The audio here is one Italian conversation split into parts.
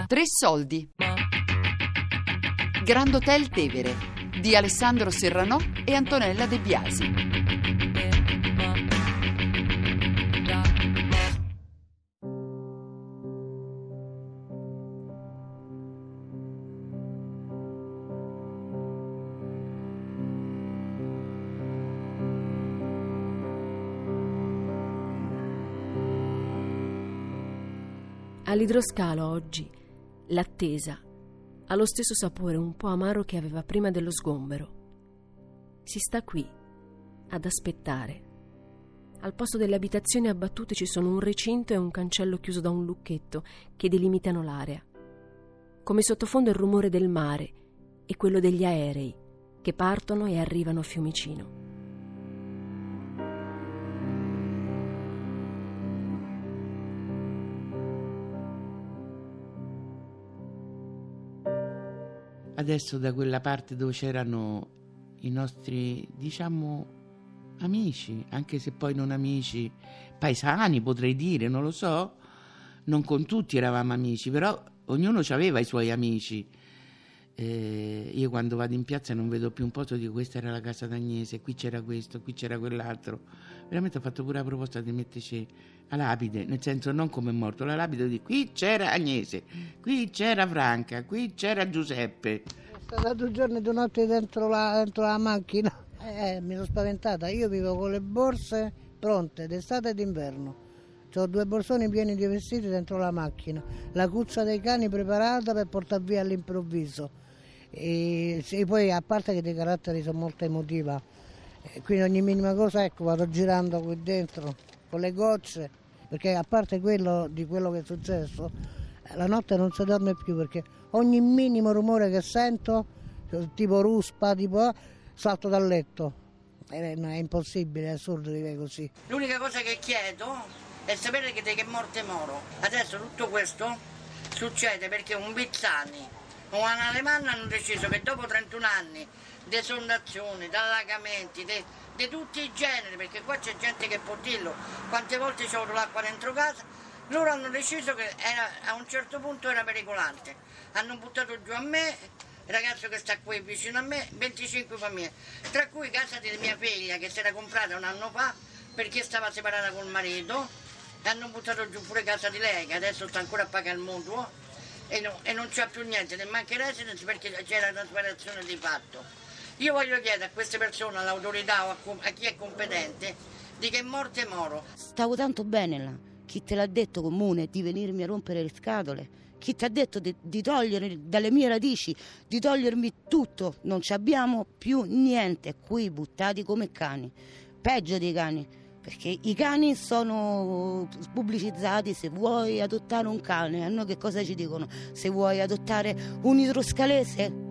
Tre soldi. Grand Hotel Tevere di Alessandro Serranò e Antonella De Biasi. All'idroscalo oggi l'attesa ha lo stesso sapore un po' amaro che aveva prima dello sgombero. Si sta qui ad aspettare. Al posto delle abitazioni abbattute ci sono un recinto e un cancello chiuso da un lucchetto che delimitano l'area. Come sottofondo il rumore del mare e quello degli aerei che partono e arrivano a Fiumicino. Adesso da quella parte dove c'erano i nostri, diciamo, amici, anche se poi non amici, paesani potrei dire, non lo so, non con tutti eravamo amici, però ognuno aveva i suoi amici. Io quando vado in piazza non vedo più un posto, dico questa era la casa d'Agnese, qui c'era questo, qui c'era quell'altro. Veramente ho fatto pure la proposta di metterci la lapide, nel senso non come è morto, la lapide di qui c'era Agnese, qui c'era Franca, qui c'era Giuseppe. Sono stato 2 giorni e 2 notti dentro la macchina, mi sono spaventata. Io vivo con le borse pronte d'estate e d'inverno. Ho 2 borsoni pieni di vestiti dentro la macchina, la cuccia dei cani preparata per portare via all'improvviso. E poi a parte che dei caratteri sono molto emotiva, quindi ogni minima cosa vado girando qui dentro con le gocce, perché a parte quello che è successo, la notte non si dorme più perché ogni minimo rumore che sento, tipo ruspa, salto dal letto. È impossibile, è assurdo vivere così. L'unica cosa che chiedo è sapere che morte moro. Adesso tutto questo succede perché un Bizzani o un Alemanno hanno deciso che dopo 31 anni di esondazioni, di allagamenti, di tutti i generi, perché qua c'è gente che può dirlo, quante volte c'è avuto l'acqua dentro casa, loro hanno deciso che a un certo punto era pericolante. Hanno buttato giù a me, il ragazzo che sta qui vicino a me, 25 famiglie, tra cui casa di mia figlia che si era comprata 1 anno fa perché stava separata col marito, e hanno buttato giù pure casa di lei che adesso sta ancora a pagare il mutuo. E non c'è più niente, neanche residence perché c'era una separazione di fatto. Io voglio chiedere a queste persone, all'autorità o a chi è competente, di che morte moro. Stavo tanto bene là. Chi te l'ha detto, comune, di venirmi a rompere le scatole? Chi ti ha detto di togliere dalle mie radici, di togliermi tutto? Non ci abbiamo più niente, qui buttati come cani, peggio dei cani. Perché i cani sono pubblicizzati, se vuoi adottare un cane, a noi che cosa ci dicono? Se vuoi adottare un idroscalese?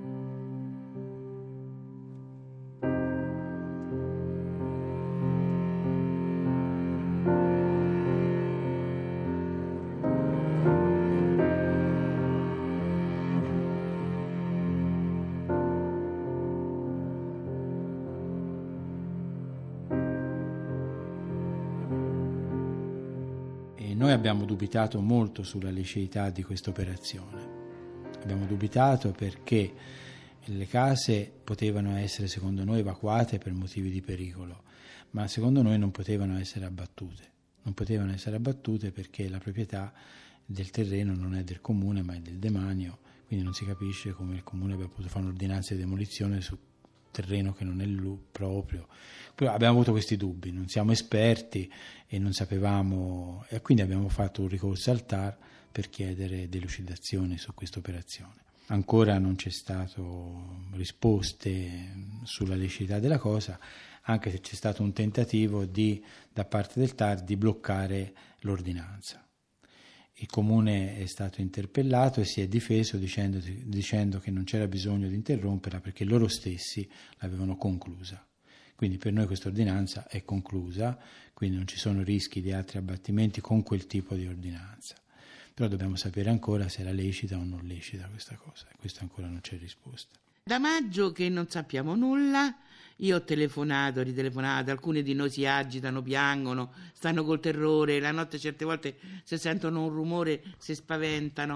Noi abbiamo dubitato molto sulla liceità di questa operazione. Abbiamo dubitato perché le case potevano essere, secondo noi, evacuate per motivi di pericolo, ma secondo noi non potevano essere abbattute. Non potevano essere abbattute perché la proprietà del terreno non è del comune, ma è del demanio, quindi non si capisce come il comune abbia potuto fare un'ordinanza di demolizione su terreno che non è proprio. Però abbiamo avuto questi dubbi, non siamo esperti e non sapevamo, e quindi abbiamo fatto un ricorso al TAR per chiedere delucidazioni su questa operazione. Ancora non c'è stato risposte sulla liceità della cosa, anche se c'è stato un tentativo da parte del TAR di bloccare l'ordinanza. Il comune è stato interpellato e si è difeso dicendo che non c'era bisogno di interromperla perché loro stessi l'avevano conclusa. Quindi per noi questa ordinanza è conclusa, quindi non ci sono rischi di altri abbattimenti con quel tipo di ordinanza. Però dobbiamo sapere ancora se era lecita o non lecita questa cosa, e questo ancora non c'è risposta. Da maggio che non sappiamo nulla, io ho telefonato, ritelefonato, alcuni di noi si agitano, piangono, stanno col terrore, la notte certe volte se sentono un rumore si spaventano.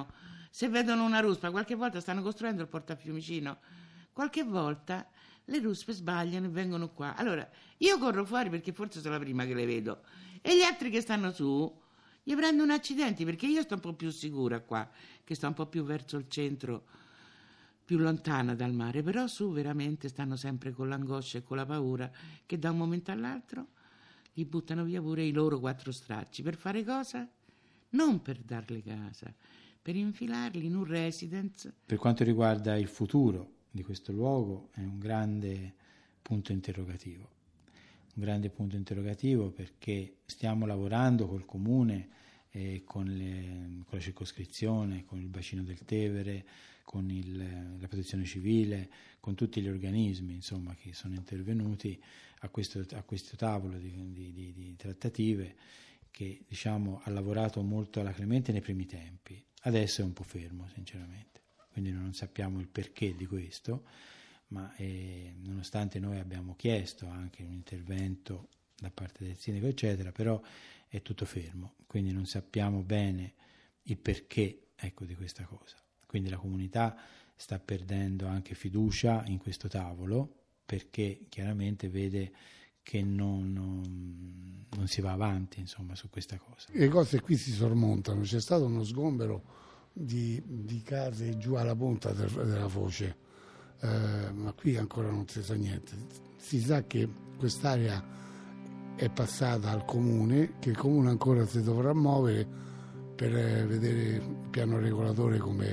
se vedono una ruspa, qualche volta stanno costruendo il porto a Fiumicino, qualche volta le ruspe sbagliano e vengono qua. Allora io corro fuori perché forse sono la prima che le vedo, e gli altri che stanno su gli prendono accidenti, perché io sto un po' più sicura qua, che sto un po' più verso il centro, più lontana dal mare, però su veramente stanno sempre con l'angoscia e con la paura che da un momento all'altro gli buttano via pure i loro 4 stracci. Per fare cosa? Non per darle casa, per infilarli in un residence. Per quanto riguarda il futuro di questo luogo è un grande punto interrogativo. Un grande punto interrogativo perché stiamo lavorando col Comune, con la circoscrizione, con il bacino del Tevere, con la protezione civile, con tutti gli organismi insomma, che sono intervenuti a questo tavolo di trattative che diciamo, ha lavorato molto alla Clemente nei primi tempi. Adesso è un po' fermo sinceramente, quindi non sappiamo il perché di questo, ma nonostante noi abbiamo chiesto anche un intervento da parte del sindaco eccetera, però è tutto fermo, quindi non sappiamo bene il perché di questa cosa. Quindi la comunità sta perdendo anche fiducia in questo tavolo perché chiaramente vede che non si va avanti insomma su questa cosa. Le cose qui si sormontano, c'è stato uno sgombero di case giù alla punta della foce, ma qui ancora non si sa niente. Si sa che quest'area è passata al Comune, che il Comune ancora si dovrà muovere per vedere il piano regolatore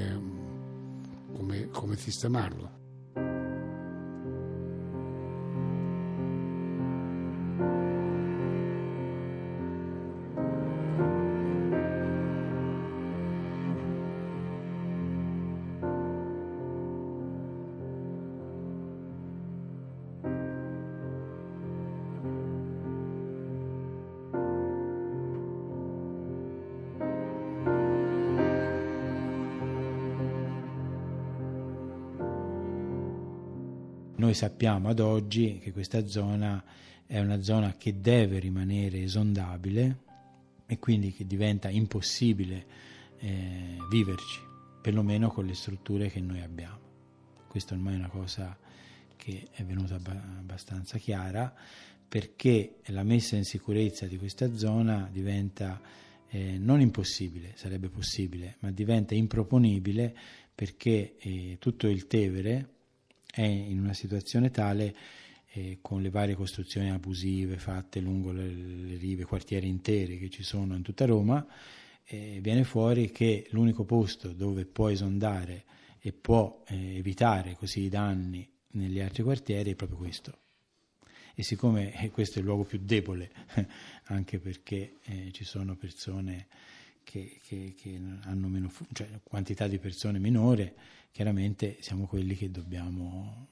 come sistemarlo. Noi sappiamo ad oggi che questa zona è una zona che deve rimanere esondabile e quindi che diventa impossibile viverci, perlomeno con le strutture che noi abbiamo. Questa ormai è una cosa che è venuta abbastanza chiara, perché la messa in sicurezza di questa zona diventa non impossibile, sarebbe possibile, ma diventa improponibile perché tutto il Tevere è in una situazione tale, con le varie costruzioni abusive fatte lungo le rive, quartieri interi che ci sono in tutta Roma, viene fuori che l'unico posto dove può esondare e può evitare così i danni negli altri quartieri è proprio questo. E siccome questo è il luogo più debole, anche perché ci sono persone che hanno meno, cioè quantità di persone minore, chiaramente siamo quelli che dobbiamo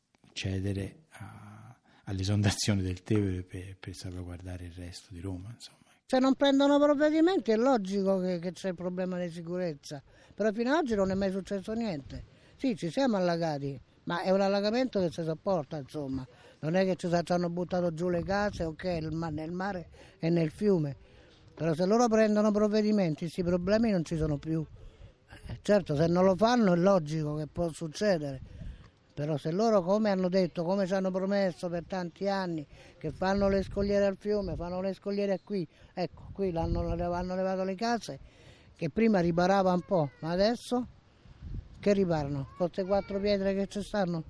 cedere all'esondazione del Tevere per salvaguardare il resto di Roma, insomma. Se non prendono provvedimenti è logico che c'è il problema di sicurezza, però fino ad oggi non è mai successo niente. Sì, ci siamo allagati, ma è un allagamento che si sopporta, insomma. Non è che ci hanno buttato giù le case, ok, nel mare e nel fiume. Però se loro prendono provvedimenti, questi problemi non ci sono più. Certo, se non lo fanno è logico che può succedere. Però se loro, come hanno detto, come ci hanno promesso per tanti anni, che fanno le scogliere al fiume, fanno le scogliere qui, ecco, qui hanno levato le case, che prima riparava un po', ma adesso che riparano? Con queste 4 pietre che ci stanno?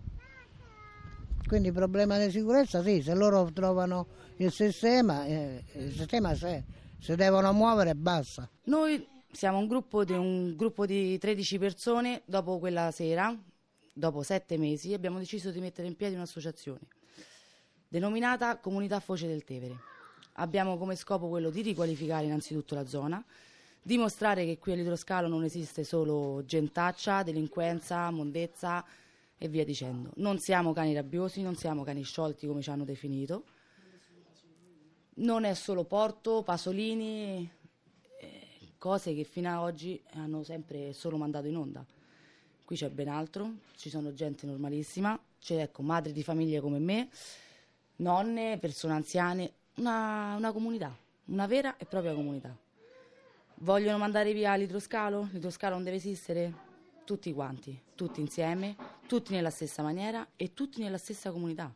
Quindi problema di sicurezza, sì, se loro trovano il sistema c'è, si devono muovere e basta. Noi siamo un gruppo di 13 persone. Dopo quella sera, dopo 7 mesi, abbiamo deciso di mettere in piedi un'associazione denominata Comunità Foce del Tevere. Abbiamo come scopo quello di riqualificare innanzitutto la zona, dimostrare che qui all'idroscalo non esiste solo gentaccia, delinquenza, mondezza e via dicendo. Non siamo cani rabbiosi, non siamo cani sciolti come ci hanno definito. Non è solo porto, pasolini, cose che fino ad oggi hanno sempre solo mandato in onda. Qui c'è ben altro, ci sono gente normalissima, c'è madri di famiglie come me, nonne, persone anziane, una comunità, una vera e propria comunità. Vogliono mandare via l'idroscalo? L'idroscalo non deve esistere? Tutti quanti, tutti insieme, tutti nella stessa maniera e tutti nella stessa comunità.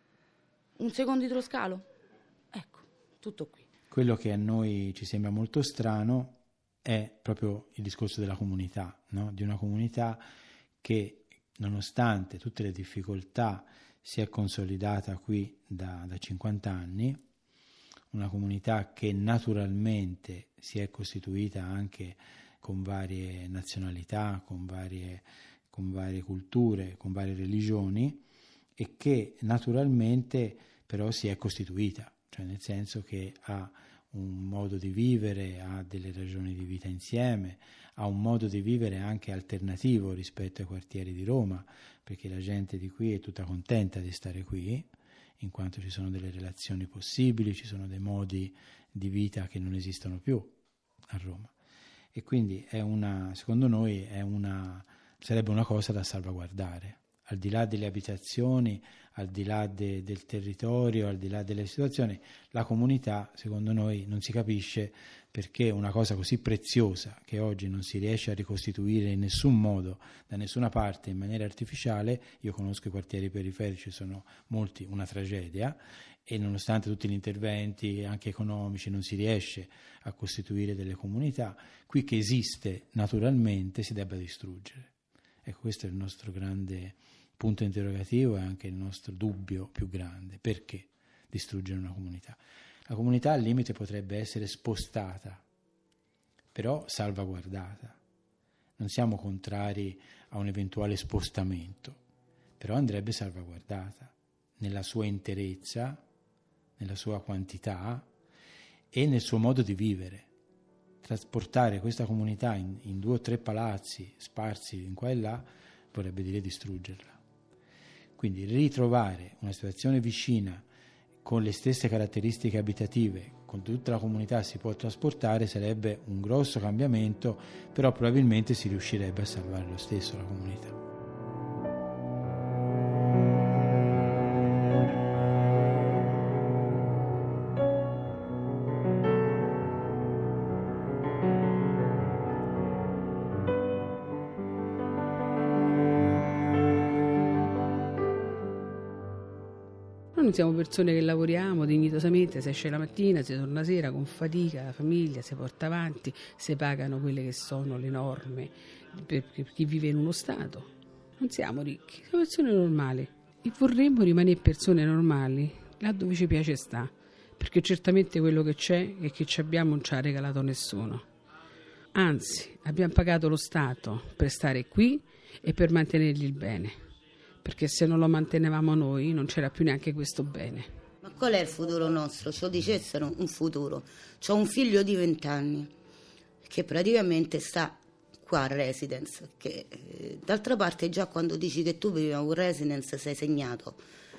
Un secondo idroscalo? Ecco, tutto qui. Quello che a noi ci sembra molto strano è proprio il discorso della comunità, no? Di una comunità che, nonostante tutte le difficoltà, si è consolidata qui da 50 anni, una comunità che naturalmente si è costituita anche con varie nazionalità, con varie culture, con varie religioni, e che naturalmente però si è costituita, cioè nel senso che ha un modo di vivere, ha delle ragioni di vita insieme, ha un modo di vivere anche alternativo rispetto ai quartieri di Roma, perché la gente di qui è tutta contenta di stare qui, in quanto ci sono delle relazioni possibili, ci sono dei modi di vita che non esistono più a Roma. E quindi secondo noi sarebbe una cosa da salvaguardare, al di là delle abitazioni, al di là del territorio, al di là delle situazioni. La comunità, secondo noi, non si capisce perché una cosa così preziosa, che oggi non si riesce a ricostituire in nessun modo, da nessuna parte, in maniera artificiale. Io conosco i quartieri periferici, sono molti una tragedia, e nonostante tutti gli interventi anche economici non si riesce a costituire delle comunità. Qui che esiste naturalmente si debba distruggere. Ecco, questo è il nostro grande punto interrogativo e anche il nostro dubbio più grande. Perché distruggere una comunità? La comunità al limite potrebbe essere spostata, però salvaguardata. Non siamo contrari a un eventuale spostamento, però andrebbe salvaguardata nella sua interezza, nella sua quantità e nel suo modo di vivere. Trasportare questa comunità in 2 o 3 palazzi sparsi in qua e là vorrebbe dire distruggerla. Quindi ritrovare una situazione vicina con le stesse caratteristiche abitative, con tutta la comunità si può trasportare, sarebbe un grosso cambiamento, però probabilmente si riuscirebbe a salvare lo stesso la comunità. Noi siamo persone che lavoriamo dignitosamente, si esce la mattina, si torna la sera con fatica, la famiglia si porta avanti, si pagano quelle che sono le norme per chi vive in uno Stato. Non siamo ricchi, siamo persone normali e vorremmo rimanere persone normali là dove ci piace sta, perché certamente quello che c'è e che ci abbiamo non ci ha regalato nessuno. Anzi, abbiamo pagato lo Stato per stare qui e per mantenergli il bene. Perché se non lo mantenevamo noi non c'era più neanche questo bene. Ma qual è il futuro nostro? Ce lo dicessero un futuro. C'ho un figlio di 20 anni che praticamente sta qua a residence, che d'altra parte già quando dici che tu vivi a un residence sei segnato,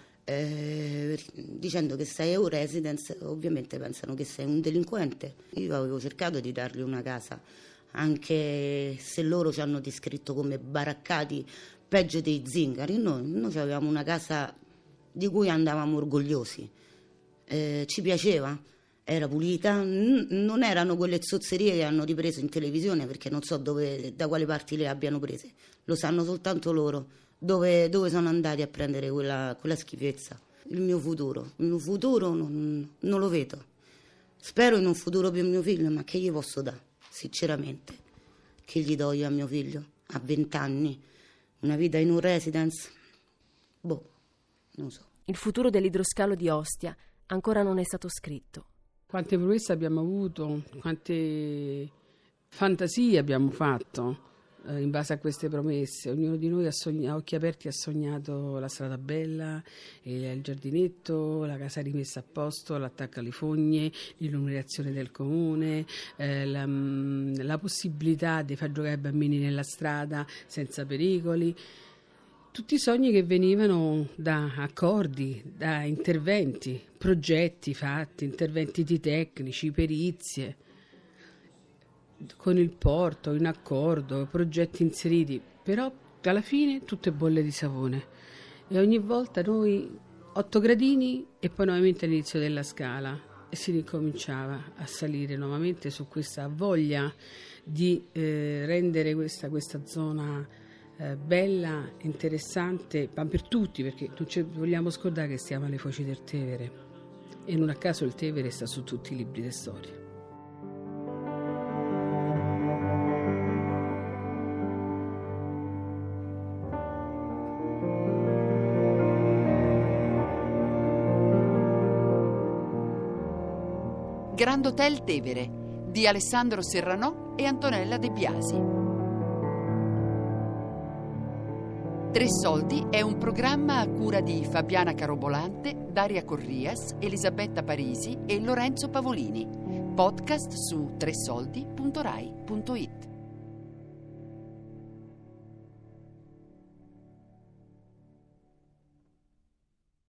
dicendo che sei a un residence ovviamente pensano che sei un delinquente. Io avevo cercato di dargli una casa, anche se loro ci hanno descritto come baraccati peggio dei zingari. Noi avevamo una casa di cui andavamo orgogliosi, ci piaceva, era pulita, non erano quelle zozzerie che hanno ripreso in televisione, perché non so da quale parti le abbiano prese, lo sanno soltanto loro dove sono andati a prendere quella schifezza. Il mio futuro non lo vedo, spero in un futuro per mio figlio, ma che gli posso dare sinceramente? Che gli do io a mio figlio a 20 anni? Una vita in un residence? Non so. Il futuro dell'idroscalo di Ostia ancora non è stato scritto. Quante promesse abbiamo avuto, quante fantasie abbiamo fatto in base a queste promesse. Ognuno di noi a occhi aperti ha sognato la strada bella, il giardinetto, la casa rimessa a posto, l'attacco alle fogne, l'illuminazione del comune, la possibilità di far giocare i bambini nella strada senza pericoli. Tutti sogni che venivano da accordi, da interventi, progetti fatti, interventi di tecnici, perizie, con il porto, in accordo, progetti inseriti, però alla fine tutte bolle di sapone. E ogni volta noi 8 gradini e poi nuovamente all'inizio della scala. e si ricominciava a salire nuovamente su questa voglia di rendere questa zona bella, interessante, ma per tutti, perché non ci vogliamo scordare che stiamo alle foci del Tevere e non a caso il Tevere sta su tutti i libri di storia. Grand Hotel Tevere di Alessandro Serranò e Antonella De Biasi. Tre Soldi è un programma a cura di Fabiana Carobolante, Daria Corrias, Elisabetta Parisi e Lorenzo Pavolini. Podcast su tresoldi.rai.it.